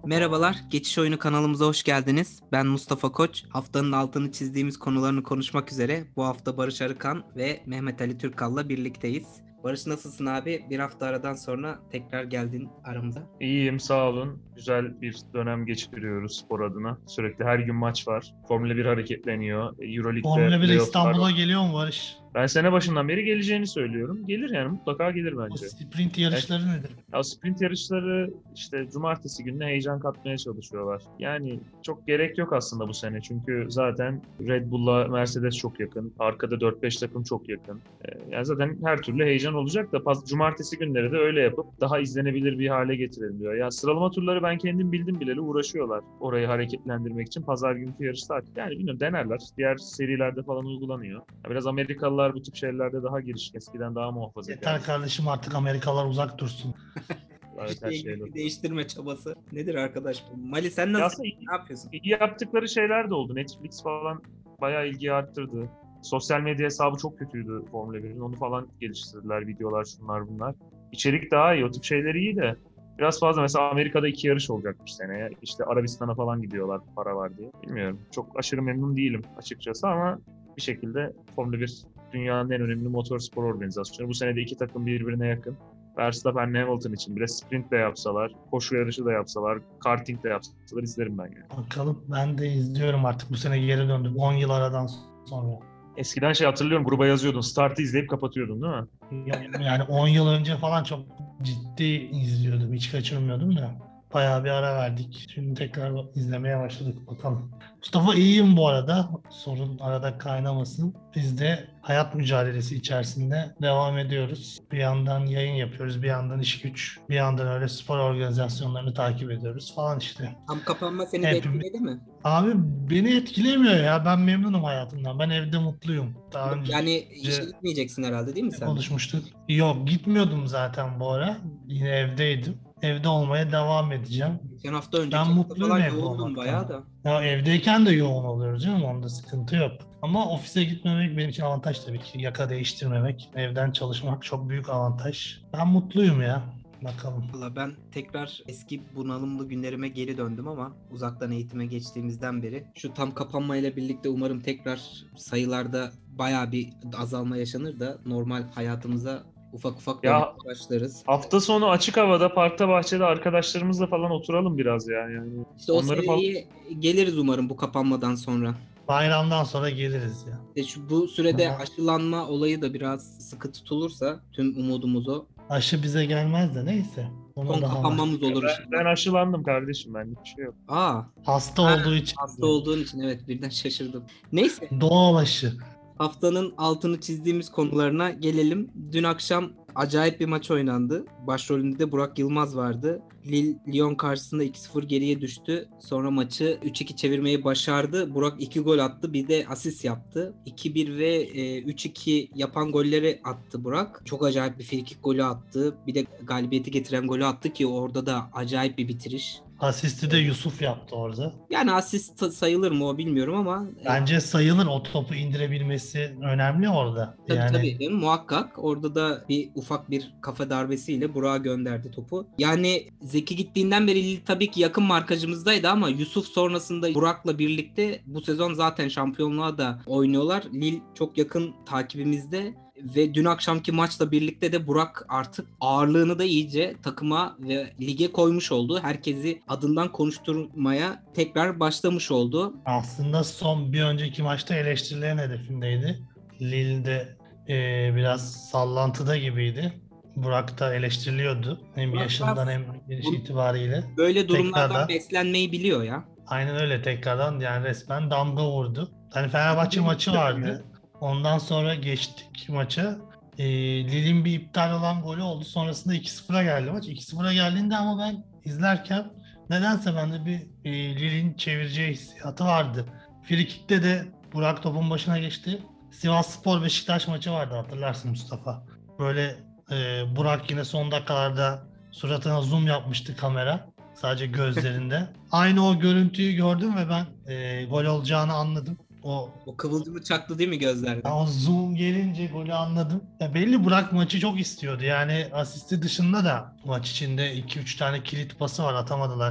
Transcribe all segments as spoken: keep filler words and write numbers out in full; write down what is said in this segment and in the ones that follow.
Merhabalar, Geçiş Oyunu kanalımıza hoş geldiniz. Ben Mustafa Koç. Haftanın altını çizdiğimiz konularını konuşmak üzere bu hafta Barış Arıkan ve Mehmet Ali Türkal'la birlikteyiz. Barış nasılsın abi? Bir hafta aradan sonra tekrar geldin aramıza. İyiyim, sağ olun. Güzel bir dönem geçiriyoruz spor adına. Sürekli her gün maç var. Formula bir hareketleniyor. Euroleague'de Formula bir playoff'lar İstanbul'a var. geliyor mu Barış? Ben sene başından beri geleceğini söylüyorum. Gelir yani, mutlaka gelir O bence. sprint yarışları nedir? Ya sprint yarışları işte cumartesi gününe heyecan katmaya çalışıyorlar. Yani çok gerek yok aslında bu sene. Çünkü zaten Red Bull'la Mercedes çok yakın. Arkada dört beş takım çok yakın. Ee, yani zaten her türlü heyecan olacak da paz- cumartesi günleri de öyle yapıp daha izlenebilir bir hale getirelim diyor. Ya sıralama turları ben kendim bildim bileli uğraşıyorlar. Orayı hareketlendirmek için pazar günkü yarış saati. Yani bilmiyorum, denerler. Diğer serilerde falan uygulanıyor. Ya biraz Amerikalılar bu tip şeylerde daha girişken. Eskiden daha muhafazakar. Yeter kardeşim, artık Amerikalılar uzak dursun. Evet, her İşte şeyle. ilgili değiştirme çabası. Nedir arkadaş bu? Mali sen Ya nasıl? aslında iyi, Ne yapıyorsun? iyi yaptıkları şeyler de oldu. Netflix falan bayağı ilgi arttırdı. Sosyal medya hesabı çok kötüydü Formula birin. Onu falan geliştirdiler. Videolar, şunlar bunlar. İçerik daha iyi. O tip şeyler iyi de. Biraz fazla. Mesela Amerika'da iki yarış olacakmış seneye. İşte Arabistan'a falan gidiyorlar para var diye. Bilmiyorum. Çok aşırı memnun değilim açıkçası ama bir şekilde Formula bir dünyanın en önemli motorspor organizasyonu. Bu sene de iki takım birbirine yakın. Verstappen Hamilton için bile sprint de yapsalar, koşu yarışı da yapsalar, karting de yapsalar izlerim ben yani. Bakalım, ben de izliyorum artık, bu sene geri döndüm on yıl aradan sonra. Eskiden şey hatırlıyorum, gruba yazıyordun, startı izleyip kapatıyordun değil mi? Yani on yıl önce falan çok ciddi izliyordum, hiç kaçırmıyordum da. Bayağı bir ara verdik. Şimdi tekrar izlemeye başladık, bakalım. Mustafa, iyiyim bu arada. Sorun arada kaynamasın. Biz de hayat mücadelesi içerisinde devam ediyoruz. Bir yandan yayın yapıyoruz, bir yandan iş güç, bir yandan öyle spor organizasyonlarını takip ediyoruz falan işte. Tam kapanma seni de Hepimiz... etkiledi mi? Abi beni etkilemiyor ya. Ben memnunum hayatımdan. Ben evde mutluyum. Daha önce Yani işe gitmeyeceksin herhalde değil mi sen? konuşmuştuk. Yok, gitmiyordum zaten bu ara. Yine evdeydim. Evde olmaya devam edeceğim. Geçen hafta önceki Ben hafta mutluyum falan evde yoğundum bayağı olmaktan. da. Ya evdeyken de yoğun oluyoruz canım, onda sıkıntı yok. Ama ofise gitmemek benim için avantaj tabii ki. Yaka değiştirmemek, evden çalışmak çok büyük avantaj. Ben mutluyum ya. Bakalım. Valla ben tekrar eski bunalımlı günlerime geri döndüm ama uzaktan eğitime geçtiğimizden beri şu tam kapanmayla birlikte umarım tekrar sayılarda bayağı bir azalma yaşanır da normal hayatımıza ufak ufak dönmeye Ya başlarız. hafta sonu açık havada, parkta, bahçede arkadaşlarımızla falan oturalım biraz ya. Yani İşte o onları falan. seviyeye geliriz umarım bu kapanmadan sonra. Bayramdan sonra geliriz ya. İşte şu bu sürede Ama aşılanma olayı da biraz sıkı tutulursa tüm umudumuz o. aşı bize gelmez de neyse. Ona Son daha var. kapanmamız olur Ben, inşallah. ben aşılandım kardeşim, benlik bir şey yok. Aa, Hasta ha, olduğu için. hasta olduğun için evet birden şaşırdım. Neyse. Doğal aşı. Haftanın altını çizdiğimiz konularına gelelim. Dün akşam acayip bir maç oynandı. Başrolünde de Burak Yılmaz vardı. Lille Lyon karşısında iki sıfır geriye düştü. Sonra maçı üç iki çevirmeyi başardı. Burak iki gol attı. Bir de asist yaptı. iki bir ve e, üç iki yapan golleri attı Burak. Çok acayip bir frikik golü attı. Bir de galibiyeti getiren golü attı ki orada da acayip bir bitiriş. Asisti de Yusuf yaptı orada. Yani asist sayılır mı o bilmiyorum ama Bence sayılır, o topu indirebilmesi önemli orada. tabii Yani tabii değil mi? Muhakkak orada da bir ufak bir kafa darbesiyle Burak'a gönderdi topu. Yani Zeki gittiğinden beri Lille tabii ki yakın markajımızdaydı ama Yusuf sonrasında Burak'la birlikte bu sezon zaten şampiyonluğa da oynuyorlar. Lille çok yakın takibimizde. Ve dün akşamki maçla birlikte de Burak artık ağırlığını da iyice takıma ve lige koymuş oldu. Herkesi adından konuşturmaya tekrar başlamış oldu. aslında son bir önceki maçta eleştirilerin hedefindeydi. Lille'de e, biraz sallantıda gibiydi. Burak da eleştiriliyordu. Hem Burak yaşından biraz hem yaş bu- itibariyle. Böyle durumlardan Tekrardan, beslenmeyi biliyor ya. aynen öyle, tekrardan yani resmen damga vurdu. Hani Fenerbahçe maçı vardı. Ondan sonra geçtik maça. E, Lille'in bir iptal olan golü oldu. Sonrasında iki sıfıra geldi maç. iki sıfıra geldiğinde ama ben izlerken nedense bende bir e, Lille'in çevireceği hissiyatı vardı. Frikik'te de Burak topun başına geçti. Sivasspor Beşiktaş maçı vardı, hatırlarsın Mustafa. Böyle e, Burak yine son dakikalarda suratına zoom yapmıştı kamera. Sadece gözlerinde. Aynı o görüntüyü gördüm ve ben e, gol olacağını anladım. O O kıvılcımı çaktı değil mi gözlerden? ya o zoom gelince golü anladım. Ya belli, Burak maçı çok istiyordu. Yani asisti dışında da maç içinde iki üç tane kilit pası var, atamadılar.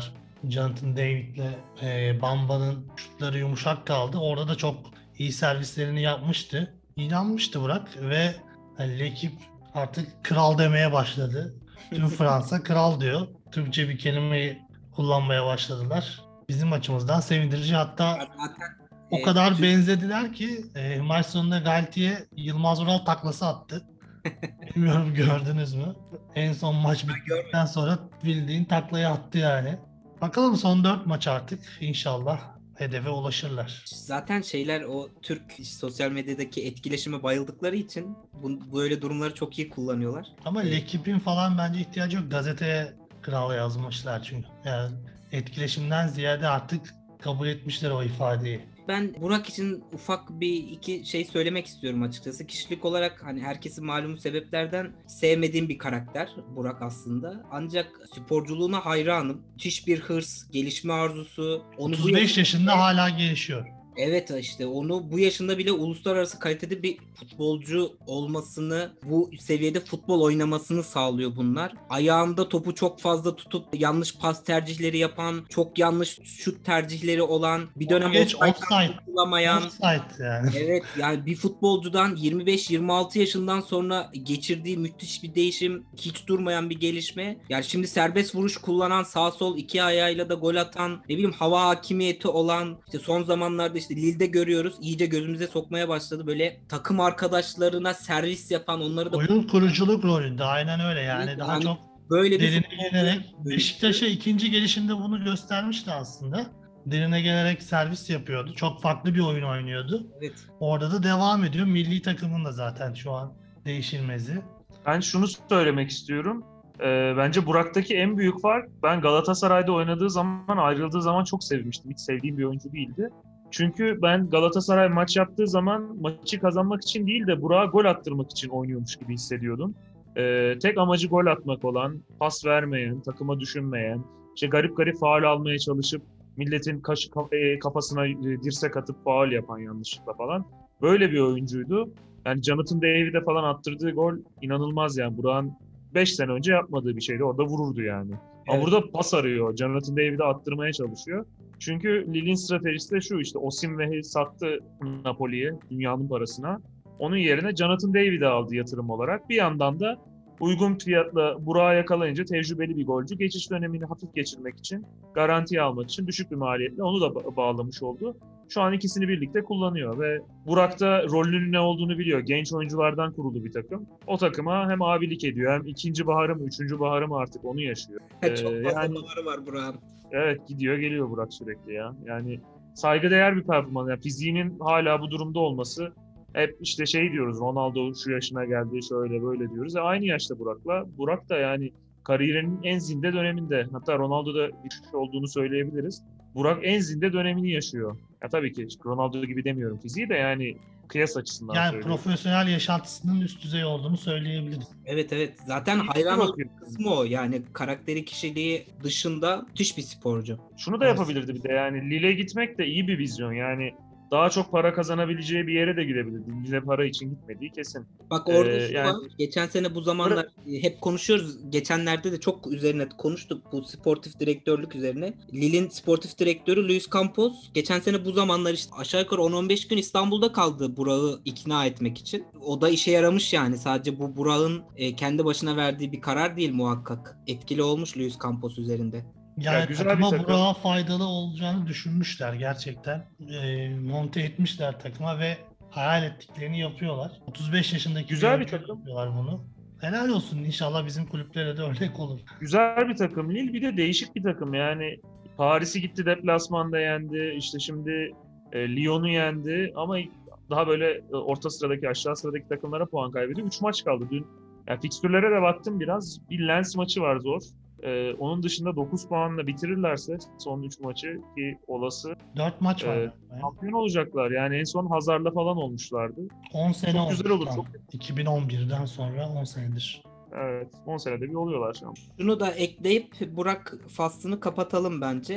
Jonathan David'le e, Bamba'nın şutları yumuşak kaldı. Orada da çok iyi servislerini yapmıştı. İnanmıştı Burak ve hani, ekip artık kral demeye başladı. Tüm Fransa kral diyor. Türkçe bir kelimeyi kullanmaya başladılar. Bizim açımızdan sevindirici. Hatta Zaten o e, kadar Türk- benzediler ki e, maç sonunda Galtier Yılmaz Vural taklası attı. Bilmiyorum gördünüz mü? En son maç bittikten sonra bildiğin taklayı attı yani. Bakalım son dört maç artık inşallah hedefe ulaşırlar. zaten şeyler o Türk sosyal medyadaki etkileşime bayıldıkları için bu, böyle durumları çok iyi kullanıyorlar. Ama Evet. L'Equipe'in falan bence ihtiyacı yok. Gazeteye kral yazmışlar çünkü. Yani etkileşimden ziyade artık kabul etmişler o ifadeyi. Ben Burak için ufak bir iki şey söylemek istiyorum açıkçası. Kişilik olarak hani herkesin malumu sebeplerden sevmediğim bir karakter Burak aslında. Ancak sporculuğuna hayranım. Müthiş bir hırs, gelişme arzusu. Onu bu otuz beş yaşında- yaşında hala gelişiyor. Evet işte onu bu yaşında bile uluslararası kalitede bir futbolcu olmasını, bu seviyede futbol oynamasını sağlıyor bunlar. Ayağında topu çok fazla tutup yanlış pas tercihleri yapan, çok yanlış şut tercihleri olan, bir dönem Geç offside'dan offside. kurtulamayan. Offside yani. Evet yani bir futbolcudan yirmi beş yirmi altı yaşından sonra geçirdiği müthiş bir değişim, hiç durmayan bir gelişme. Yani şimdi serbest vuruş kullanan, sağ sol iki ayağıyla da gol atan, ne bileyim hava hakimiyeti olan, işte son zamanlarda işte Lille'de görüyoruz, iyice gözümüze sokmaya başladı. Böyle takım arkadaşlarına servis yapan, onları da Oyun kuruculuk rolünde aynen öyle yani. Evet, Daha yani çok böyle bir derine futbolcu gelerek dönüştü. Beşiktaş'a ikinci gelişinde bunu göstermişti aslında. Derine gelerek servis yapıyordu. Çok farklı bir oyun oynuyordu. Evet. Orada da devam ediyor. Milli takımın da zaten şu an değişilmezi. Ben şunu söylemek istiyorum. Ee, bence Burak'taki en büyük fark, ben Galatasaray'da oynadığı zaman, ayrıldığı zaman çok sevmiştim. Hiç sevdiğim bir oyuncu değildi. Çünkü ben Galatasaray maç yaptığı zaman maçı kazanmak için değil de Burak'a gol attırmak için oynuyormuş gibi hissediyordum. Ee, tek amacı gol atmak olan, pas vermeyen, takıma düşünmeyen, işte garip garip faul almaya çalışıp milletin kaş, kafasına dirsek atıp faul yapan yanlışlıkla falan. Böyle bir oyuncuydu. Yani Jonathan David'e falan attırdığı gol inanılmaz yani. Burak'ın beş sene önce yapmadığı bir şeydi. Orada vururdu yani. Ama Evet. burada pas arıyor. Jonathan David'e attırmaya çalışıyor. Çünkü Lille'in stratejisi de şu, işte Osimhen'i sattı Napoli'ye dünyanın parasına. Onun yerine Jonathan David'i aldı yatırım olarak. Bir yandan da uygun fiyatla Burak'ı yakalayınca tecrübeli bir golcü. Geçiş dönemini hafif geçirmek için, garantiye almak için düşük bir maliyetle onu da ba- bağlamış oldu. Şu an ikisini birlikte kullanıyor ve Burak da rolünün ne olduğunu biliyor. Genç oyunculardan kurulu bir takım. O takıma hem abilik ediyor, hem ikinci baharı mı, üçüncü baharı mı artık onu yaşıyor. Ee, Çok fazla yani damarı var Burak'ın. evet, gidiyor geliyor Burak sürekli ya. Yani saygıdeğer bir performans. Yani fiziğinin hala bu durumda olması, hep işte şey diyoruz, Ronaldo şu yaşına geldi şöyle böyle diyoruz. E aynı yaşta Burak'la. Burak da yani kariyerinin en zinde döneminde. Hatta Ronaldo'da bir şey olduğunu söyleyebiliriz. Burak en zinde dönemini yaşıyor. Ya tabii ki Ronaldo gibi demiyorum fiziği de, yani kıyas açısından Yani söylüyorum. profesyonel yaşantısının üst düzey olduğunu söyleyebiliriz. Evet evet. Zaten İyi hayran olduğum bakıyor. kısmı o. Yani karakteri, kişiliği dışında müthiş bir sporcu. Şunu da yapabilirdi bir de, yani Lille'e gitmek de iyi bir vizyon. Yani daha çok para kazanabileceği bir yere de gidebilirdi. Lille para için gitmediği kesin. Bak orada Ee, şu yani- var. Geçen sene bu zamanlar e, hep konuşuyoruz. Geçenlerde de çok üzerine konuştuk bu sportif direktörlük üzerine. Lille'in sportif direktörü Luis Campos geçen sene bu zamanlar işte aşağı yukarı on on beş gün İstanbul'da kaldı Burak'ı ikna etmek için. O da işe yaramış yani. Sadece bu Burak'ın e, kendi başına verdiği bir karar değil muhakkak. Etkili olmuş Luis Campos üzerinde. Yani Ya güzel bir takıma takım. Burak'a faydalı olacağını düşünmüşler gerçekten. E, monte etmişler takıma ve hayal ettiklerini yapıyorlar. otuz beş yaşındaki Güzel bir oyuncular takım. yapıyorlar bunu. Helal olsun, inşallah bizim kulüplere de örnek olur. Güzel bir takım. Lille bir de değişik bir takım. Yani Paris'i gitti deplasmanda yendi. İşte şimdi e, Lyon'u yendi. Ama daha böyle e, orta sıradaki, aşağı sıradaki takımlara puan kaybediyor. üç maç kaldı dün. Yani fikstürlere de baktım biraz. Bir Lens maçı var zor. E, onun dışında dokuz puanla bitirirlerse son üç maçı, ki olası, dört maç var. Ee, galiba. şampiyon olacaklar. Yani en son Hazard'la falan olmuşlardı. on sene çok olmuş güzel olur, tam. çok- iki bin on birden sonra on senedir. Evet, on senede bir oluyorlar şu an. Şunu da ekleyip Burak faslını kapatalım bence.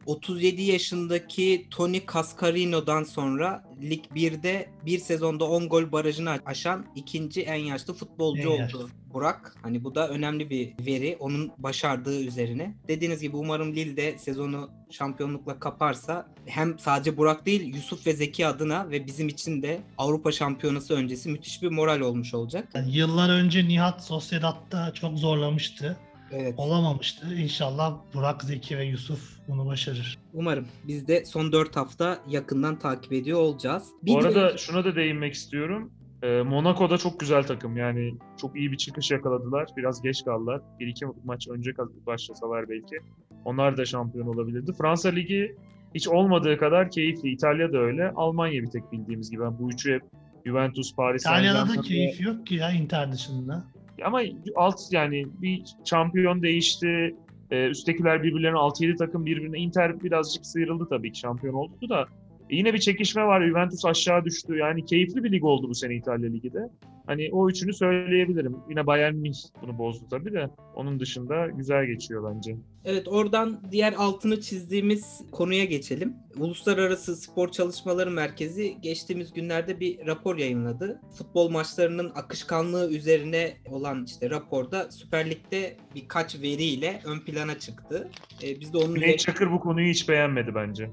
otuz yedi yaşındaki Tony Cascarino'dan sonra Lig birde bir sezonda on gol barajını aşan ikinci en yaşlı futbolcu En oldu yaşlı. Burak. Hani bu da önemli bir veri onun başardığı üzerine. Dediğiniz gibi umarım Lille sezonu şampiyonlukla kaparsa hem sadece Burak değil Yusuf ve Zeki adına ve bizim için de Avrupa Şampiyonası öncesi müthiş bir moral olmuş olacak. Yani yıllar önce Nihat Sociedad'da çok zorlamıştı. Evet. Olamamıştı. İnşallah Burak, Zeki ve Yusuf bunu başarır. Umarım. Biz de son dört hafta yakından takip ediyor olacağız. Bu Bir arada de- şuna da değinmek istiyorum. Ee, Monaco'da çok güzel takım. Yani çok iyi bir çıkış yakaladılar. Biraz geç kaldılar. Bir iki maç önce başlasalar belki. Onlar da şampiyon olabilirdi. Fransa Ligi hiç olmadığı kadar keyifli. İtalya da öyle. Almanya bir tek bildiğimiz gibi. Yani bu üçü hep Juventus, Paris İtalya'da da Saint-Germain. keyif yok ki ya Inter dışında. Ama alt yani bir şampiyon değişti. Ee, üsttekiler birbirlerine altı yedi takım birbirine. Inter birazcık sıyrıldı tabii ki şampiyon oldu da. E yine bir çekişme var. Juventus aşağı düştü. Yani keyifli bir lig oldu bu sene İtalya Ligi de. Hani o üçünü söyleyebilirim. Yine Bayern Münih bunu bozdu tabii de. Onun dışında güzel geçiyor bence. Evet, oradan diğer altını çizdiğimiz konuya geçelim. Uluslararası Spor Çalışmaları Merkezi geçtiğimiz günlerde bir rapor yayınladı. Futbol maçlarının akışkanlığı üzerine olan işte raporda Süper Lig'de birkaç veriyle ön plana çıktı. Ee, biz de onun Cüneyt üzerine... Çakır bu konuyu hiç beğenmedi bence.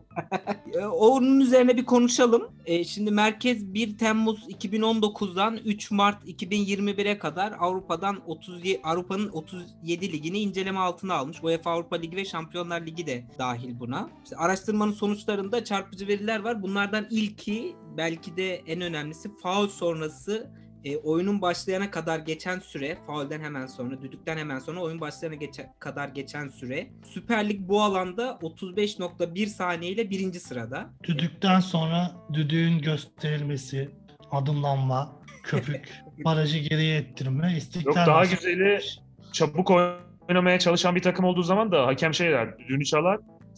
Onun üzerine bir konuşalım. Ee, şimdi merkez bir Temmuz iki bin on dokuzdan üç Mart iki bin yirmi bire kadar Avrupa'dan otuz Avrupa'nın otuz yedi ligini inceleme altına almış. UEFA Avrupa Ligi ve Şampiyonlar Ligi de dahil buna. İşte araştırmanın sonuçlarında çarpıcı veriler var. Bunlardan ilki, belki de en önemlisi, faul sonrası E, oyunun başlayana kadar geçen süre, faulden hemen sonra, düdükten hemen sonra oyun başlayana geçe, kadar geçen süre. Süper Lig bu alanda otuz beş nokta bir saniye ile birinci sırada. Düdükten sonra düdüğün gösterilmesi, adımlanma, köpük, barajı geriye ettirme, istiklal Yok, daha marşı. güzeli çabuk oynamaya çalışan bir takım olduğu zaman da hakem şey der, düdüğünü çalar.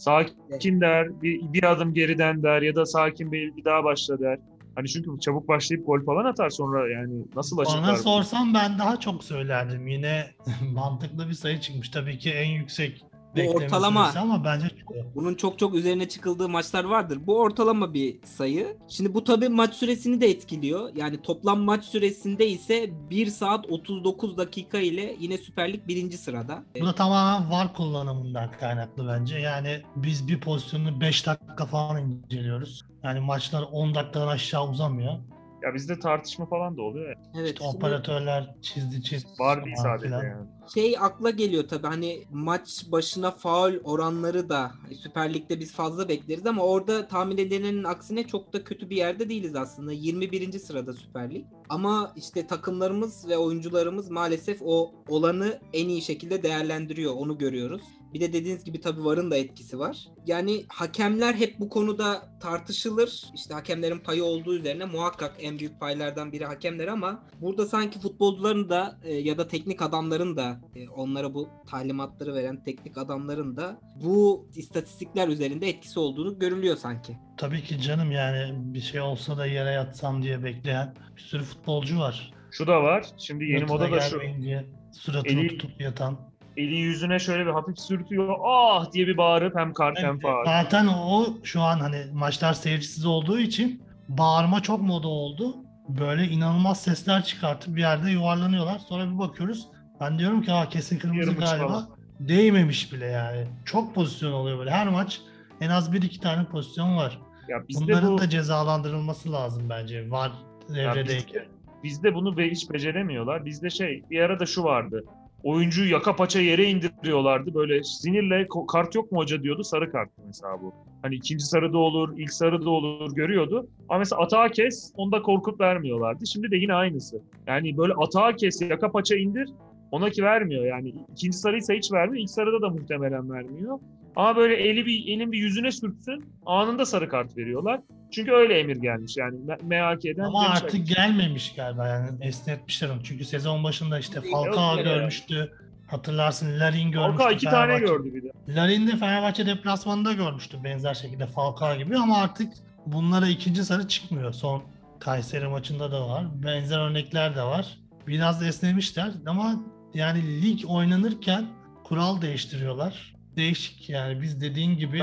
Sakin der, bir, bir adım geriden der ya da sakin bir, bir daha başla der. Hani çünkü çabuk başlayıp gol falan atar sonra, yani nasıl açıklar? Bana bu? sorsan ben daha çok söylerdim. Yine mantıklı bir sayı çıkmış. Tabii ki en yüksek Bu bekleme ortalama. süresi ama bence çok. Bunun çok çok üzerine çıkıldığı maçlar vardır. Bu ortalama bir sayı. Şimdi bu tabii maç süresini de etkiliyor. Yani toplam maç süresinde ise bir saat otuz dokuz dakika ile yine Süper Lig birinci sırada. Bu da tamamen V A R kullanımından kaynaklı bence. Yani biz bir pozisyonu beş dakika falan inceliyoruz. Yani maçlar on dakikadan aşağı uzamıyor. Ya bizde tartışma falan da oluyor ya. Evet. İşte şimdi- operatörler çizdi çizdi. Var değil falan sadece filan. yani. Şey akla geliyor tabii, hani maç başına faul oranları da Süper Lig'de biz fazla bekleriz ama orada tahmin edilenin aksine çok da kötü bir yerde değiliz aslında. yirmi birinci sırada Süper Lig. Ama işte takımlarımız ve oyuncularımız maalesef o olanı en iyi şekilde değerlendiriyor. Onu görüyoruz. Bir de dediğiniz gibi tabii V A R'ın da etkisi var. Yani hakemler hep bu konuda tartışılır. İşte hakemlerin payı olduğu üzerine muhakkak en büyük paylardan biri hakemler ama burada sanki futbolcuların da e, ya da teknik adamların da e, onlara bu talimatları veren teknik adamların da bu istatistikler üzerinde etkisi olduğunu görülüyor sanki. Tabii ki canım, yani bir şey olsa da yere yatsam diye bekleyen bir sürü futbolcu var. Şu da var. Şimdi yeni Yatına moda da şu. gelmeyin diye suratını Eli- tutup yatan. Eli yüzüne şöyle bir hafif sürtüyor. Ah diye bir bağırıp hem kart hem faul. Zaten o şu an hani maçlar seyircisiz olduğu için bağırma çok moda oldu. Böyle inanılmaz sesler çıkartıp bir yerde yuvarlanıyorlar. Sonra bir bakıyoruz. Ben diyorum ki ha kesin kırmızı Yarım uç galiba. falan. Değmemiş bile yani. Çok pozisyon oluyor böyle. Her maç en az bir iki tane pozisyon var. Ya bizde Bunların bu da cezalandırılması lazım bence. Var devredeyken. bizde bunu be- hiç beceremiyorlar. Bizde şey, bir ara da şu vardı. Oyuncuyu yaka paça yere indiriyorlardı. Böyle sinirle "Ko- kart yok mu hoca" diyordu. Sarı karttı mesela bu. Hani ikinci sarı da olur, ilk sarı da olur görüyordu. Ama mesela atağı kes, onda korkup vermiyorlardı. Şimdi de yine aynısı. Yani böyle atağı kes, yaka paça indir, ona ki vermiyor. Yani ikinci sarıysa hiç vermiyor, ilk sarıda da muhtemelen vermiyor. Ama böyle eli bir elin bir yüzüne sürtsün, anında sarı kart veriyorlar. Çünkü öyle emir gelmiş yani me- M H K'den. Ama demiş- artık gelmemiş galiba, yani esnetmişler onu. Çünkü sezon başında işte Yok Falcao ya. görmüştü. Hatırlarsın, Larin görmüştü. Falcao iki tane Fenerbahçe. gördü bir de. Larin de Fenerbahçe deplasmanında görmüştü benzer şekilde Falcao gibi, ama artık bunlara ikinci sarı çıkmıyor. Son Kayseri maçında da var. Benzer örnekler de var. Biraz da esnemişler ama yani lig oynanırken kural değiştiriyorlar. Değişik yani, biz dediğin gibi Ben bu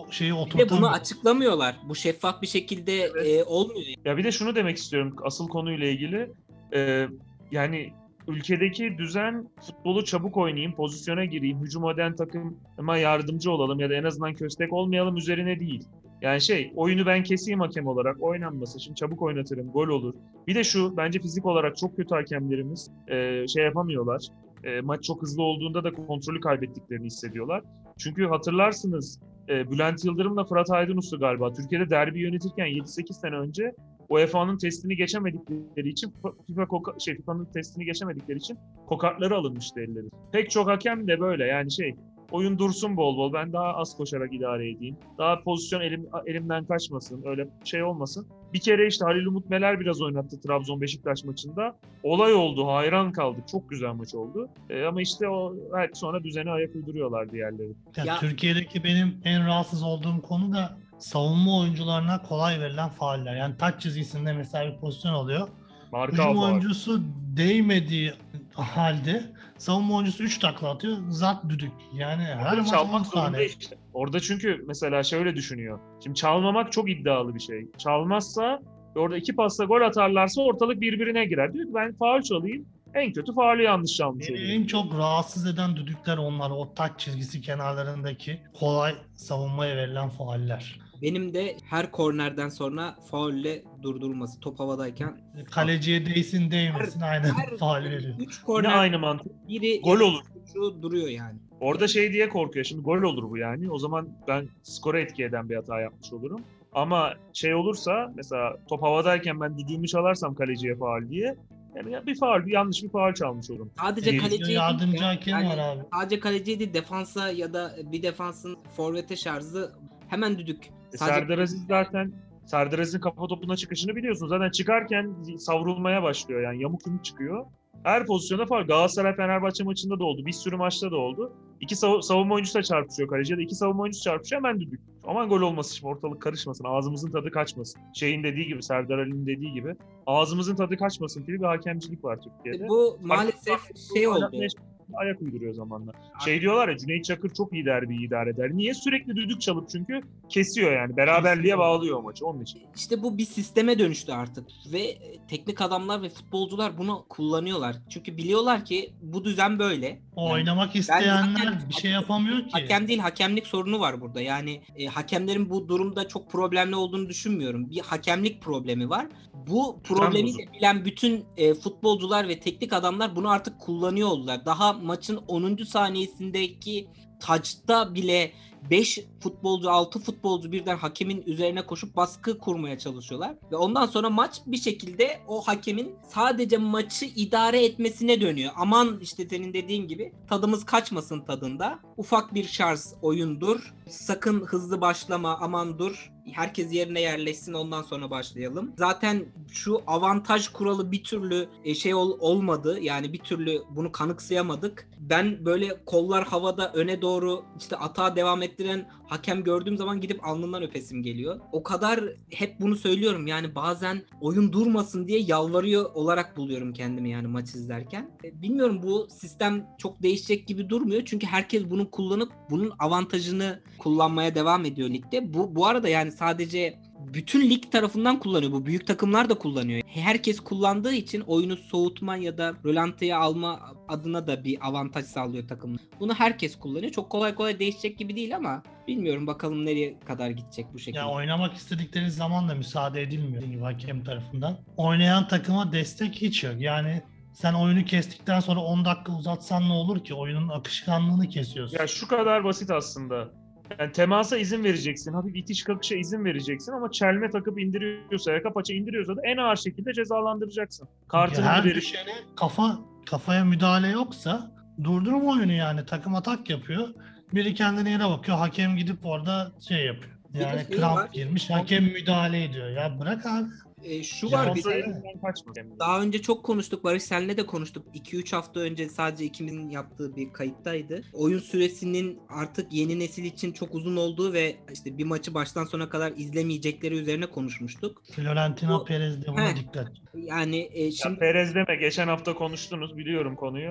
o şeyi Bir de oturtamıyor. bunu açıklamıyorlar. Bu şeffaf bir şekilde Evet. e, olmuyor. Ya bir de şunu demek istiyorum asıl konuyla ilgili. Ee, yani ülkedeki düzen futbolu çabuk oynayayım, pozisyona gireyim, hücum eden takıma yardımcı olalım ya da en azından köstek olmayalım üzerine değil. Yani şey, oyunu ben keseyim hakem olarak, oynanmasın. Şimdi çabuk oynatırım, gol olur. Bir de şu, bence fizik olarak çok kötü hakemlerimiz e, şey yapamıyorlar. E, maç çok hızlı olduğunda da kontrolü kaybettiklerini hissediyorlar. Çünkü hatırlarsınız, e, Bülent Yıldırım'la Fırat Aydınus'tu galiba. Türkiye'de derbi yönetirken yedi sekiz sene önce U E F A'nın testini geçemedikleri için, FIFA koka- şey FIFA'nın testini geçemedikleri için kokartları alınmıştı elleri. Pek çok hakem de böyle yani şey, oyun dursun bol bol, ben daha az koşarak idare edeyim. Daha pozisyon elim, elimden kaçmasın, öyle şey olmasın. Bir kere işte Halil Umut Meler biraz oynattı Trabzon-Beşiktaş maçında. Olay oldu, hayran kaldık. Çok güzel maç oldu. E, ama işte o evet, sonra düzene ayak uyduruyorlar diğerleri. Ya Ya- Türkiye'deki benim en rahatsız olduğum konu da savunma oyuncularına kolay verilen fauller. Yani taç çizgisinde mesela bir pozisyon oluyor. Marka Hücum faul. oyuncusu değmediği halde savunma oyuncusu üç takla atıyor. Zat düdük. Yani her maç on Çalmak zorunda tane. işte. Orada çünkü mesela şöyle düşünüyor. Şimdi çalmamak çok iddialı bir şey. Çalmazsa orada iki pasla gol atarlarsa ortalık birbirine girer. Diyor ki ben faul çalayım. En kötü faulü yanlış çalmış Beni olurum. en çok rahatsız eden düdükler onlar. O taç çizgisi kenarlarındaki kolay savunmaya verilen fauller. Benim de her kornerden sonra faulle durdurulması top havadayken. Kaleciye değsin değmesin aynen Her faul veriyor. üç Yine korner aynı mantık. biri Gol olur. Şu duruyor yani. Orada şey diye korkuyor. Şimdi gol olur bu yani. O zaman ben skora etki eden bir hata yapmış olurum. Ama şey olursa mesela top havadayken ben düdüğümü çalarsam kaleciye faul diye, yani bir faul, bir yanlış bir faul çalmış olurum. Sadece Ee, kaleciye değil yardımcı ya, hakem yani var abi. sadece kaleciye değil, defansa ya da bir defansın forvete şarjı hemen düdük. E, Sadece Serdar Aziz zaten Serdar Aziz'in kafa topuna çıkışını biliyorsun. Zaten çıkarken savrulmaya başlıyor yani, yamuk yumuk çıkıyor. Her pozisyonda faul. Galatasaray Fenerbahçe maçında da oldu. Bir sürü maçta da oldu. İki sav- savunma oyuncusu da çarpışıyor kaleciye de. İki savunma oyuncusu çarpışıyor, hemen düdük. Aman gol olmasın şimdi, ortalık karışmasın. Ağzımızın tadı kaçmasın. Şeyin dediği gibi, Serdar Ali'nin dediği gibi. Ağzımızın tadı kaçmasın gibi bir hakemcilik var Türkiye'de. bu maalesef şey oldu. Ayak uyduruyor zamanla. Şey diyorlar ya, Cüneyt Çakır çok iyi derbiyi idare eder. Niye? Sürekli düdük çalıp çünkü kesiyor yani. Beraberliğe Kesiyor. bağlıyor o maçı, onun için. İşte bu bir sisteme dönüştü artık ve teknik adamlar ve futbolcular bunu kullanıyorlar. Çünkü biliyorlar ki bu düzen böyle. Yani Oynamak isteyenler zaten- bir şey yapamıyor ki. hakem değil, hakemlik sorunu var burada. Yani e, hakemlerin bu durumda çok problemli olduğunu düşünmüyorum. Bir hakemlik problemi var. Bu problemi de bilen bütün e, futbolcular ve teknik adamlar bunu artık kullanıyor oldular. Daha maçın onuncu saniyesindeki taçta bile beş futbolcu, altı futbolcu birden hakemin üzerine koşup baskı kurmaya çalışıyorlar. Ve ondan sonra maç bir şekilde o hakemin sadece maçı idare etmesine dönüyor. Aman işte senin dediğin gibi tadımız kaçmasın tadında. Ufak bir şarj oyundur. Sakın hızlı başlama, aman dur. Herkes yerine yerleşsin, ondan sonra başlayalım. Zaten şu avantaj kuralı bir türlü şey ol, olmadı. Yani bir türlü bunu kanıksayamadık. Ben böyle kollar havada öne doğru işte atağa devam ettiren hakem gördüğüm zaman gidip alnından öpesim geliyor. O kadar hep bunu söylüyorum. Yani bazen oyun durmasın diye yalvarıyor olarak buluyorum kendimi yani maç izlerken. Bilmiyorum, bu sistem çok değişecek gibi durmuyor. Çünkü herkes bunu kullanıp bunun avantajını kullanmaya devam ediyor ligde. Bu bu arada yani sadece bütün lig tarafından kullanıyor. Bu büyük takımlar da kullanıyor. Herkes kullandığı için oyunu soğutma ya da rölantiye alma adına da bir avantaj sağlıyor takım. Bunu herkes kullanıyor. Çok kolay kolay değişecek gibi değil ama bilmiyorum, bakalım nereye kadar gidecek bu şekilde. Ya oynamak istedikleri zaman da müsaade edilmiyor gibi hakem tarafından. Oynayan takıma destek hiç yok. Yani sen oyunu kestikten sonra on dakika uzatsan ne olur ki? Oyunun akışkanlığını kesiyorsun. Ya şu kadar basit aslında. Yani temasa izin vereceksin, hafif itiş kakışa izin vereceksin ama çelme takıp indiriyorsa, yaka paça indiriyorsa da en ağır şekilde cezalandıracaksın. Kartını Her verir. düşene kafa kafaya müdahale yoksa durdurma oyunu yani. Takım atak yapıyor. Biri kendine yere bakıyor. Hakem gidip orada şey yapıyor. Yani Bir de şey kramp var. girmiş. Hakem müdahale ediyor. Ya bırak abi. E, şu Ya var bir Kontrol de elinden kaçmasın. daha önce çok konuştuk. Barış senle de konuştuk. iki üç hafta önce sadece ikimizin yaptığı bir kayıttaydı. Oyun süresinin artık yeni nesil için çok uzun olduğu ve işte bir maçı baştan sona kadar izlemeyecekleri üzerine konuşmuştuk. Florentino Bu- Perez de buna Heh. dikkat. Yani e, Ya şimdi Perez deme, geçen hafta konuştunuz, biliyorum konuyu.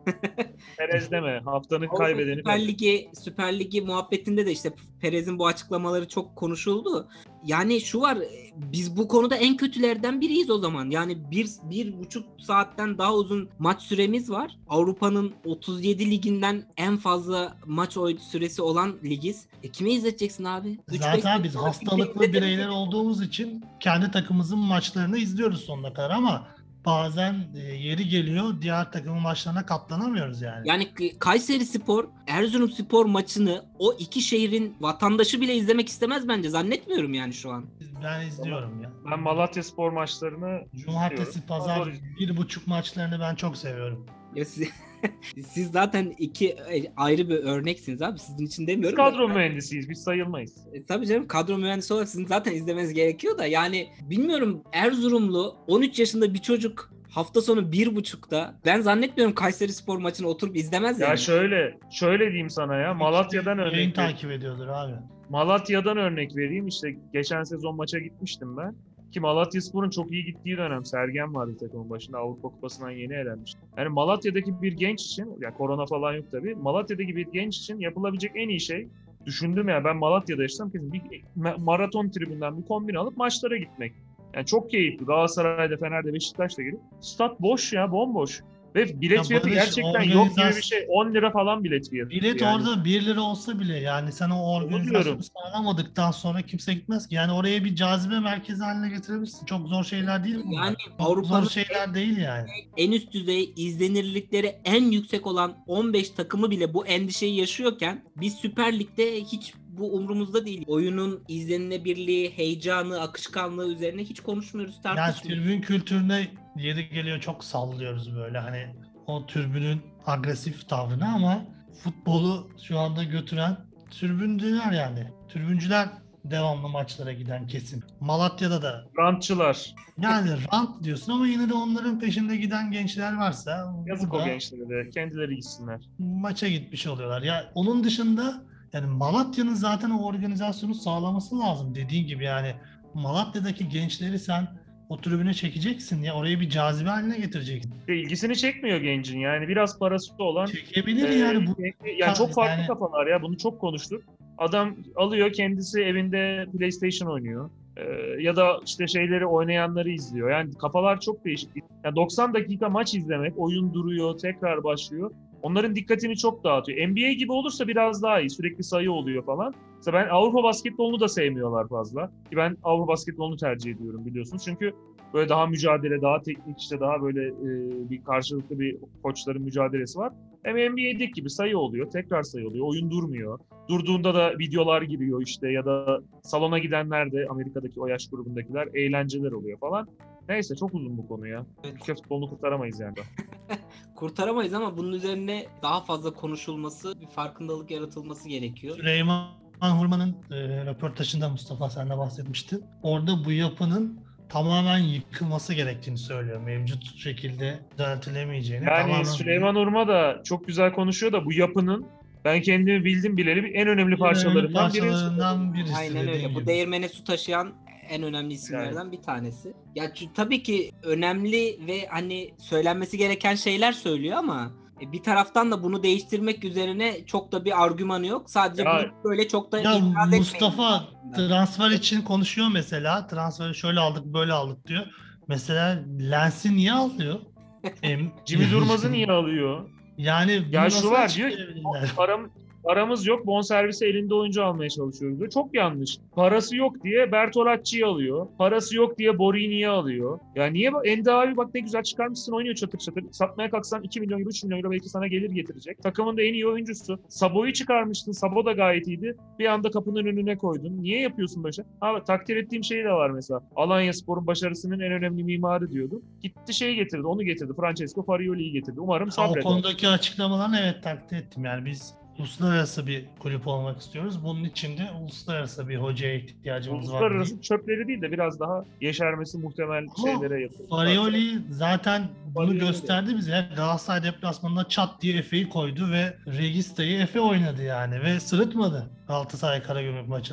Perez deme. Haftanın Avrupa kaybedeni Süper Perez. Ligi, Süper Ligi muhabbetinde de işte Perez'in bu açıklamaları çok konuşuldu. Yani şu var, biz bu konuda en kötülerden biriyiz o zaman. Yani bir, bir buçuk saatten daha uzun maç süremiz var. Avrupa'nın otuz yedi liginden en fazla maç oy süresi olan ligiz. E kime izleteceksin abi? üç Zaten biz hastalıklı bireyler olduğumuz için kendi takımımızın maçlarını izliyoruz sonuna kadar ama bazen e, yeri geliyor diğer takımın maçlarına katlanamıyoruz yani. Yani Kayserispor, Erzurumspor maçını o iki şehrin vatandaşı bile izlemek istemez bence. Zannetmiyorum yani şu an. Ben izliyorum ya. Ben Malatyaspor maçlarını Cumartesi, izliyorum. pazar Doğru. bir buçuk maçlarını ben çok seviyorum. Ya siz, siz zaten iki ayrı bir örneksiniz abi. Sizin için Biz demiyorum. kadro da. mühendisiyiz. Biz sayılmayız. E, tabii canım, kadro mühendisi olarak sizin zaten izlemeniz gerekiyor da yani bilmiyorum, Erzurumlu on üç yaşında bir çocuk hafta sonu bir buçukta, ben zannetmiyorum Kayserispor maçını oturup izlemez Ya yani. şöyle, şöyle diyeyim sana ya. Malatya'dan Yayın örnek ver- takip ediyordur abi. Malatya'dan örnek vereyim. İşte geçen sezon maça gitmiştim ben. Ki Malatyaspor'un çok iyi gittiği dönem. Sergen vardı takımın başında. Avrupa Kupası'ndan yeni elenmiş. Yani Malatya'daki bir genç için, yani korona falan yok tabii. Malatya'daki bir genç için yapılabilecek en iyi şey, düşündüm ya, ben Malatya'da yaşasam kesin bir maraton tribünden bir kombin alıp maçlara gitmek. Yani çok keyifli. Galatasaray'da, Fener'de, Beşiktaş'ta gelip stat boş ya, bomboş. Ve bilet Ya fiyatı Barış, gerçekten yok gibi organizasyon- bir şey. on lira falan bilet fiyatı. Bilet yani. orada bir lira olsa bile yani sen o organizasyonu diyorum. sağlamadıktan sonra kimse gitmez ki. Yani oraya bir cazibe merkezi haline getirebilirsin. Çok zor şeyler değil bunlar. Yani Çok Avrupa'nın zor şeyler değil yani. en üst düzey izlenirlikleri en yüksek olan on beş takımı bile bu endişeyi yaşıyorken biz Süper Lig'de hiç bu umrumuzda değil. Oyunun izlenilebilirliği, heyecanı, akışkanlığı üzerine hiç konuşmuyoruz, Yani tartışmıyoruz. tribün kültürüne yeri geliyor çok sallıyoruz böyle hani o tribünün agresif tavrını ama futbolu şu anda götüren tribüncüler yani. Tribüncüler devamlı maçlara giden kesim. Malatya'da da Rantçılar. yani rant diyorsun ama yine de onların peşinde giden gençler varsa Yazık o burada gençlere de. Kendileri gitsinler. maça gitmiş oluyorlar. Ya onun dışında yani Malatya'nın zaten o organizasyonu sağlaması lazım. Dediğin gibi yani Malatya'daki gençleri sen o tribüne çekeceksin ya orayı bir cazibe haline getireceksin. İşte ilgisini çekmiyor gencin. Yani biraz parası olan Çekebilir e, yani bu. yani çok farklı yani- kafalar ya. Bunu çok konuştuk. Adam alıyor, kendisi evinde PlayStation oynuyor. E, ya da işte şeyleri oynayanları izliyor. Yani kafalar çok değişik. Yani doksan dakika maç izlemek, oyun duruyor, tekrar başlıyor. Onların dikkatini çok dağıtıyor. N B A gibi olursa biraz daha iyi. Sürekli sayı oluyor falan. Mesela ben Avrupa basketbolunu da sevmiyorlar fazla. Ki ben Avrupa basketbolunu tercih ediyorum biliyorsunuz. Çünkü böyle daha mücadele, daha teknik, işte daha böyle e, bir karşılıklı bir koçların mücadelesi var. Hem N B A'deki gibi sayı oluyor, tekrar sayı oluyor, oyun durmuyor. Durduğunda da videolar giriyor işte ya da salona gidenler de Amerika'daki o yaş grubundakiler eğlenceler oluyor falan. Neyse çok uzun bu konu ya. Evet. Ülke futbolunu kurtaramayız yani. Kurtaramayız ama bunun üzerine daha fazla konuşulması, bir farkındalık yaratılması gerekiyor. Süleyman Hurman'ın e, röportajında Mustafa sen de bahsetmiştin. Orada bu yapının tamamen yıkılması gerektiğini söylüyor. Mevcut şekilde düzeltilemeyeceğini. Yani tamamen Süleyman Urma da çok güzel konuşuyor da bu yapının ben kendimi bildim bileli en önemli parçalarından biri. parçalarından birisi. Aynen dediğin öyle. Bu gibi. değirmene su taşıyan en önemli isimlerden bir tanesi. Ya ç- tabii ki önemli ve hani söylenmesi gereken şeyler söylüyor ama e, bir taraftan da bunu değiştirmek üzerine çok da bir argümanı yok. Sadece Ya- bunu böyle çok da Ya itiraz etmeyin. Mustafa transfer için konuşuyor mesela. Transferi şöyle aldık böyle aldık diyor. Mesela Lens'i niye alıyor? Em- Jimmy Durmaz'ı niye alıyor? Yani bunu Ya şu nasıl var diyor ki, açıklayabilirler? Param, paramız yok, bonservise elinde oyuncu almaya çalışıyoruz diyor. Çok yanlış. Parası yok diye Bertolacci'yi alıyor. Parası yok diye Borini'yi alıyor. Ya niye bak, Ende abi bak ne güzel çıkarmışsın, oynuyor çatır çatır. Satmaya kalksan iki milyon euro, üç milyon euro belki sana gelir getirecek. Takımın da en iyi oyuncusu. Sabo'yu çıkarmıştın. Sabo da gayet iyiydi. Bir anda kapının önüne koydun. Niye yapıyorsun böyle şey? Ha, takdir ettiğim şey de var mesela. Alanyaspor'un başarısının en önemli mimarı diyordum. Gitti şeyi getirdi, onu getirdi. Francesco Farioli'yi getirdi. Umarım O sabreder. konudaki açıklamalarını evet takdir ettim. Yani biz uluslararası bir kulüp olmak istiyoruz. Bunun için de uluslararası bir hocaya ihtiyacımız var. Uluslararası çöpleri değil de biraz daha yeşermesi muhtemel Ama şeylere yapılır. Farioli zaten bunu Farioli gösterdi bize. Galatasaray deplasmanında çat diye Efe'yi koydu ve Regista'yı Efe oynadı yani ve sırıtmadı Galatasaray Karagümrük maçında.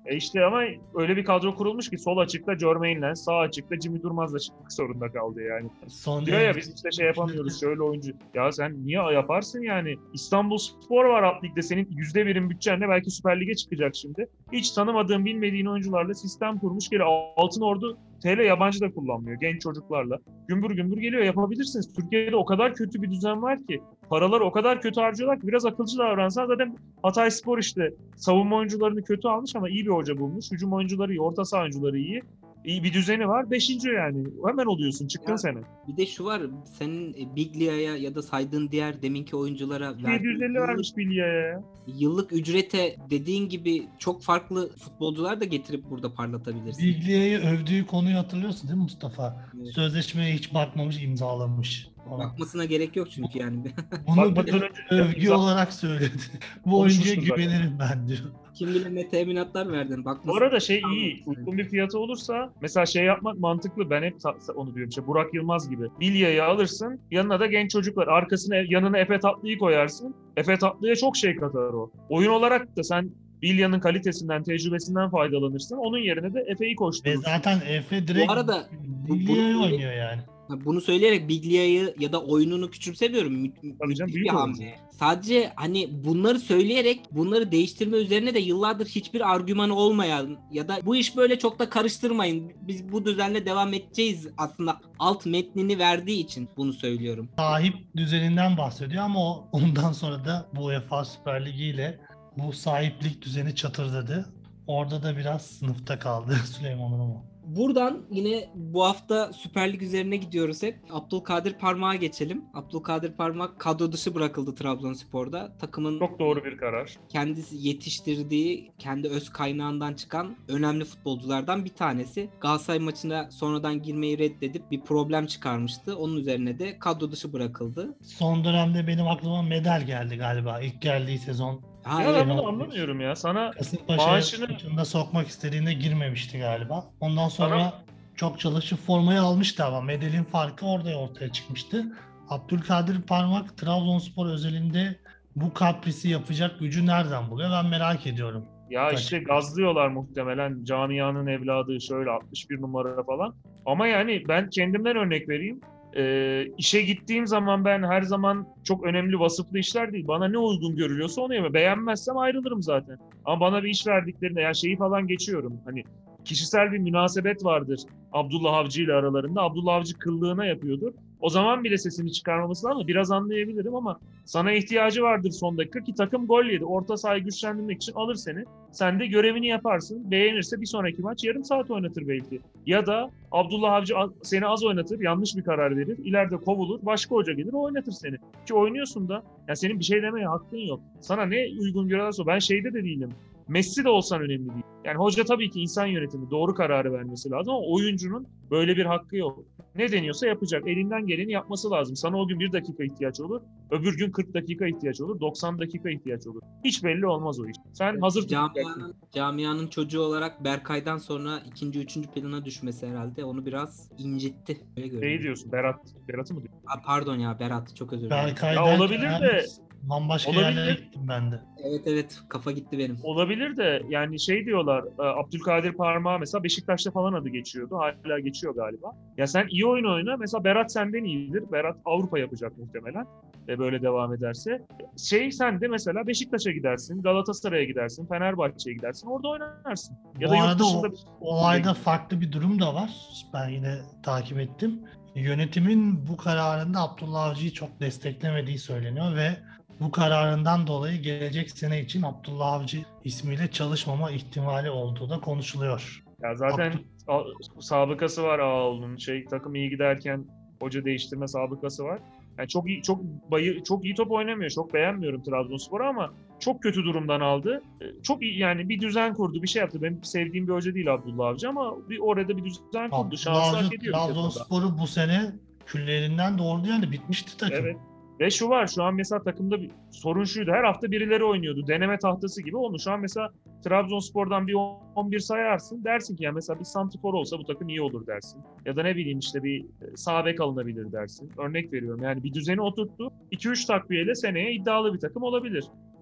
E işte ama öyle bir kadro kurulmuş ki sol açıkta Jermaine Lens, sağ açıkta Jimmy Durmaz'la çıkmak zorunda kaldı yani. Son Diyor ya biz işte şey yapamıyoruz şöyle oyuncu. Ya sen niye yaparsın yani? İstanbulspor var alt ligde, senin yüzde birin bütçenle belki Süper Lig'e çıkacak şimdi. Hiç tanımadığın bilmediğin oyuncularla sistem kurmuş. Geri Altınordu T L yabancı da kullanmıyor genç çocuklarla. Gümbür gümbür geliyor, yapabilirsiniz. Türkiye'de o kadar kötü bir düzen var ki. Paraları o kadar kötü harcıyorlar ki biraz akılcı davransan zaten Hatayspor işte savunma oyuncularını kötü almış ama iyi bir hoca bulmuş. Hücum oyuncuları iyi, orta saha oyuncuları iyi. İyi bir düzeni var. Beşinci yani. Hemen oluyorsun. Çıktın Ya, sene. bir de şu var. Senin Biglia'ya ya da saydığın diğer deminki oyunculara yedi yüz elli vermiş Bilya'ya ya. Yıllık ücrete dediğin gibi çok farklı futbolcular da getirip burada parlatabilirsin. Biglia'yı övdüğü konuyu hatırlıyorsun değil mi Mustafa? Evet. Sözleşmeye hiç bakmamış, imzalamış. Falan. Bakmasına gerek yok çünkü yani. Bunu Bakmadan bir önce övgü imza- olarak söyledi. Bu oyuncuya Konuşmuştur zaten. güvenirim ben diyor. Kim bilir ne teminatlar verdin. Bu Bakmasına arada şey iyi. Uygun bir fiyatı olursa mesela şey yapmak mantıklı. Ben hep sa- onu diyorum işte Burak Yılmaz gibi. Bilya'yı alırsın. Yanına da genç çocuklar. Arkasına yanına Efe Tatlı'yı koyarsın. Efe Tatlı'ya çok şey katar o. Oyun olarak da sen Bilya'nın kalitesinden, tecrübesinden faydalanırsın. Onun yerine de Efe'yi Ve koşturursun. zaten Efe direkt Bu arada bu- Biglia'yı bunu- oynuyor yani. Bunu söyleyerek Biglia'yı ya da oyununu küçümsemiyorum. Mü- Tabii canım, müthiş büyük bir oyuncu. hamle. Sadece hani bunları söyleyerek bunları değiştirme üzerine de yıllardır hiçbir argümanı olmayan ya da bu iş böyle çok da karıştırmayın, biz bu düzenle devam edeceğiz aslında alt metnini verdiği için bunu söylüyorum. Sahip düzeninden bahsediyor ama o, ondan sonra da bu UEFA Süper Ligi ile bu sahiplik düzeni çatırdadı. Orada da biraz sınıfta kaldı Süleyman Hanım. Buradan yine bu hafta Süper Lig üzerine gidiyoruz hep. Abdülkadir Parmak'a geçelim. Abdülkadir Parmak kadro dışı bırakıldı Trabzonspor'da. Takımın Çok doğru bir karar. kendisi yetiştirdiği, kendi öz kaynağından çıkan önemli futbolculardan bir tanesi. Galatasaray maçına sonradan girmeyi reddedip bir problem çıkarmıştı. Onun üzerine de kadro dışı bırakıldı. Son dönemde benim aklıma Medel geldi galiba. İlk geldiği sezon. Ha, Ya evet. ben bunu anlamıyorum ya. Sana Kasımpaşa maaşını maçında sokmak istediğinde girmemişti galiba. Ondan sonra Sana- çok çalışıp formayı almıştı ama Medel'in farkı orada ortaya çıkmıştı. Abdülkadir Parmak Trabzonspor özelinde bu kaprisi yapacak gücü nereden buluyor? Ben merak ediyorum. Ya Kaç- işte gazlıyorlar muhtemelen, camianın evladı şöyle altmış bir numara falan. Ama yani ben kendimden örnek vereyim. Ee, işe gittiğim zaman ben her zaman çok önemli vasıflı işler değil. Bana ne uygun görülüyorsa onu yapıyorum. Beğenmezsem ayrılırım zaten. Ama bana bir iş verdiklerinde ya şeyi falan geçiyorum. Hani kişisel bir münasebet vardır Abdullah Avcı ile aralarında. Abdullah Avcı kıllığına yapıyordur. O zaman bile sesini çıkarmaması lazım. Biraz anlayabilirim ama sana ihtiyacı vardır son dakika ki takım gol yedi. Orta sahayı güçlendirmek için alır seni. Sen de görevini yaparsın. Beğenirse bir sonraki maç yarım saat oynatır belki. Ya da Abdullah Avcı seni az oynatır, yanlış bir karar verir. İleride kovulur, başka hoca gelir, o oynatır seni. Ki oynuyorsun da, ya senin bir şey demeye hakkın yok. Sana ne uygun görürse, ben şeyde de değilim. Messi de olsan önemli değil. Yani hoca tabii ki insan yönetimi, doğru kararı vermesi lazım ama oyuncunun böyle bir hakkı yok. Ne deniyorsa yapacak. Elinden geleni yapması lazım. Sana o gün bir dakika ihtiyaç olur. Öbür gün kırk dakika ihtiyaç olur. doksan dakika ihtiyaç olur. Hiç belli olmaz o iş. Sen hazır tutacaksın. Camianın, camianın çocuğu olarak Berkay'dan sonra ikinci, üçüncü plana düşmesi herhalde onu biraz incitti. Öyle Şey görünüyor. diyorsun, Berat. Berat'ı mı diyorsun? Ha, pardon ya Berat, çok özür dilerim. Berkay Ya derken olabilir yani de- bambaşka olabilir. yerlere gittim ben de. Evet evet, kafa gitti benim. Olabilir de yani şey diyorlar, Abdülkadir Parmağı mesela Beşiktaş'ta falan adı geçiyordu. Hala geçiyor galiba. Ya sen iyi oyun oyna. Mesela Berat senden iyidir. Berat Avrupa yapacak muhtemelen. Ve böyle devam ederse. Şey sen de mesela Beşiktaş'a gidersin, Galatasaray'a gidersin, Fenerbahçe'ye gidersin. Orada oynarsın. Ya Bu da yurt arada dışında o olayda farklı bir durum da var. Ben yine takip ettim. Yönetimin bu kararında Abdullah Avcı'yı çok desteklemediği söyleniyor ve bu kararından dolayı gelecek sene için Abdullah Avcı ismiyle çalışmama ihtimali olduğu da konuşuluyor. Ya zaten a- sabıkası var Ağaoğlu'nun. Şey, takım iyi giderken hoca değiştirme sabıkası var. Yani çok iyi çok bayı çok iyi top oynamıyor. Çok beğenmiyorum Trabzonspor'u ama çok kötü durumdan aldı. E, Çok iyi yani, bir düzen kurdu, bir şey yaptı. Benim sevdiğim bir hoca değil Abdullah Avcı ama bir orada bir düzen kurdu. Şansı Abdullah hak Avcı ediyor. bir takımda. Trabzonspor'u bu sene küllerinden doğurdu yani bitmişti takım. Evet. Ve şu var, şu an mesela takımda bir sorun şuydu. Her hafta birileri oynuyordu. Deneme tahtası gibi oldu. Şu an mesela Trabzonspor'dan bir on bir sayarsın. Dersin ki ya mesela bir santrfor olsa bu takım iyi olur dersin. Ya da ne bileyim işte bir sağ bek alınabilir dersin. Örnek veriyorum. Yani bir düzeni oturttu. iki üç takviyeyle seneye iddialı bir takım olabilir.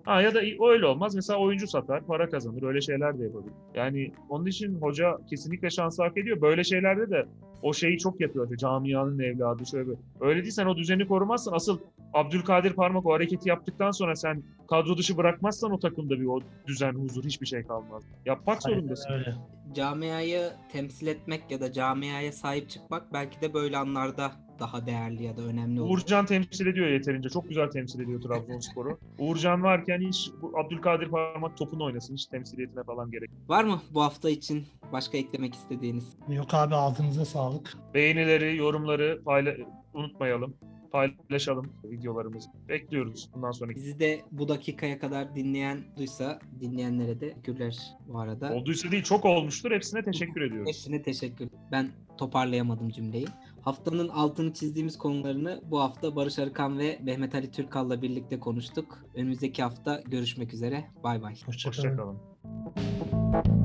Ha, ya da o öyle olmaz. Mesela oyuncu satar, para kazanır. Öyle şeyler de yapabilir. Yani onun için hoca kesinlikle şansı hak ediyor. Böyle şeylerde de o şeyi çok yapıyor. İşte camianın evladı şöyle böyle. Öyle değil, sen o düzeni korumazsan, asıl Abdülkadir Parmak o hareketi yaptıktan sonra sen kadro dışı bırakmazsan o takımda bir o düzen, huzur, hiçbir şey kalmaz. Yapmak zorundasın. Aynen öyle. Camiayı temsil etmek ya da camiaya sahip çıkmak belki de böyle anlarda daha değerli ya da önemli olur. Uğurcan temsil ediyor yeterince. Çok güzel temsil ediyor Trabzonspor'u. Uğurcan varken hiç bu Abdülkadir Parmak topunu oynasın. Hiç temsiliyetine falan gerek. Var mı bu hafta için başka eklemek istediğiniz? Yok abi, ağzınıza sağlık. Beğenileri, yorumları payla unutmayalım. Paylaşalım videolarımızı. Bekliyoruz bundan sonraki. Bizi de bu dakikaya kadar dinleyen duysa, dinleyenlere de teşekkürler bu arada. Olduysa değil, çok olmuştur. Hepsine teşekkür ediyoruz. Hepsine teşekkür. Ben toparlayamadım cümleyi. Haftanın altını çizdiğimiz konularını bu hafta Barış Arıkan ve Mehmet Ali Türkal'la birlikte konuştuk. Önümüzdeki hafta görüşmek üzere. Bay bay. Hoşça kalın. Hoşça kalın.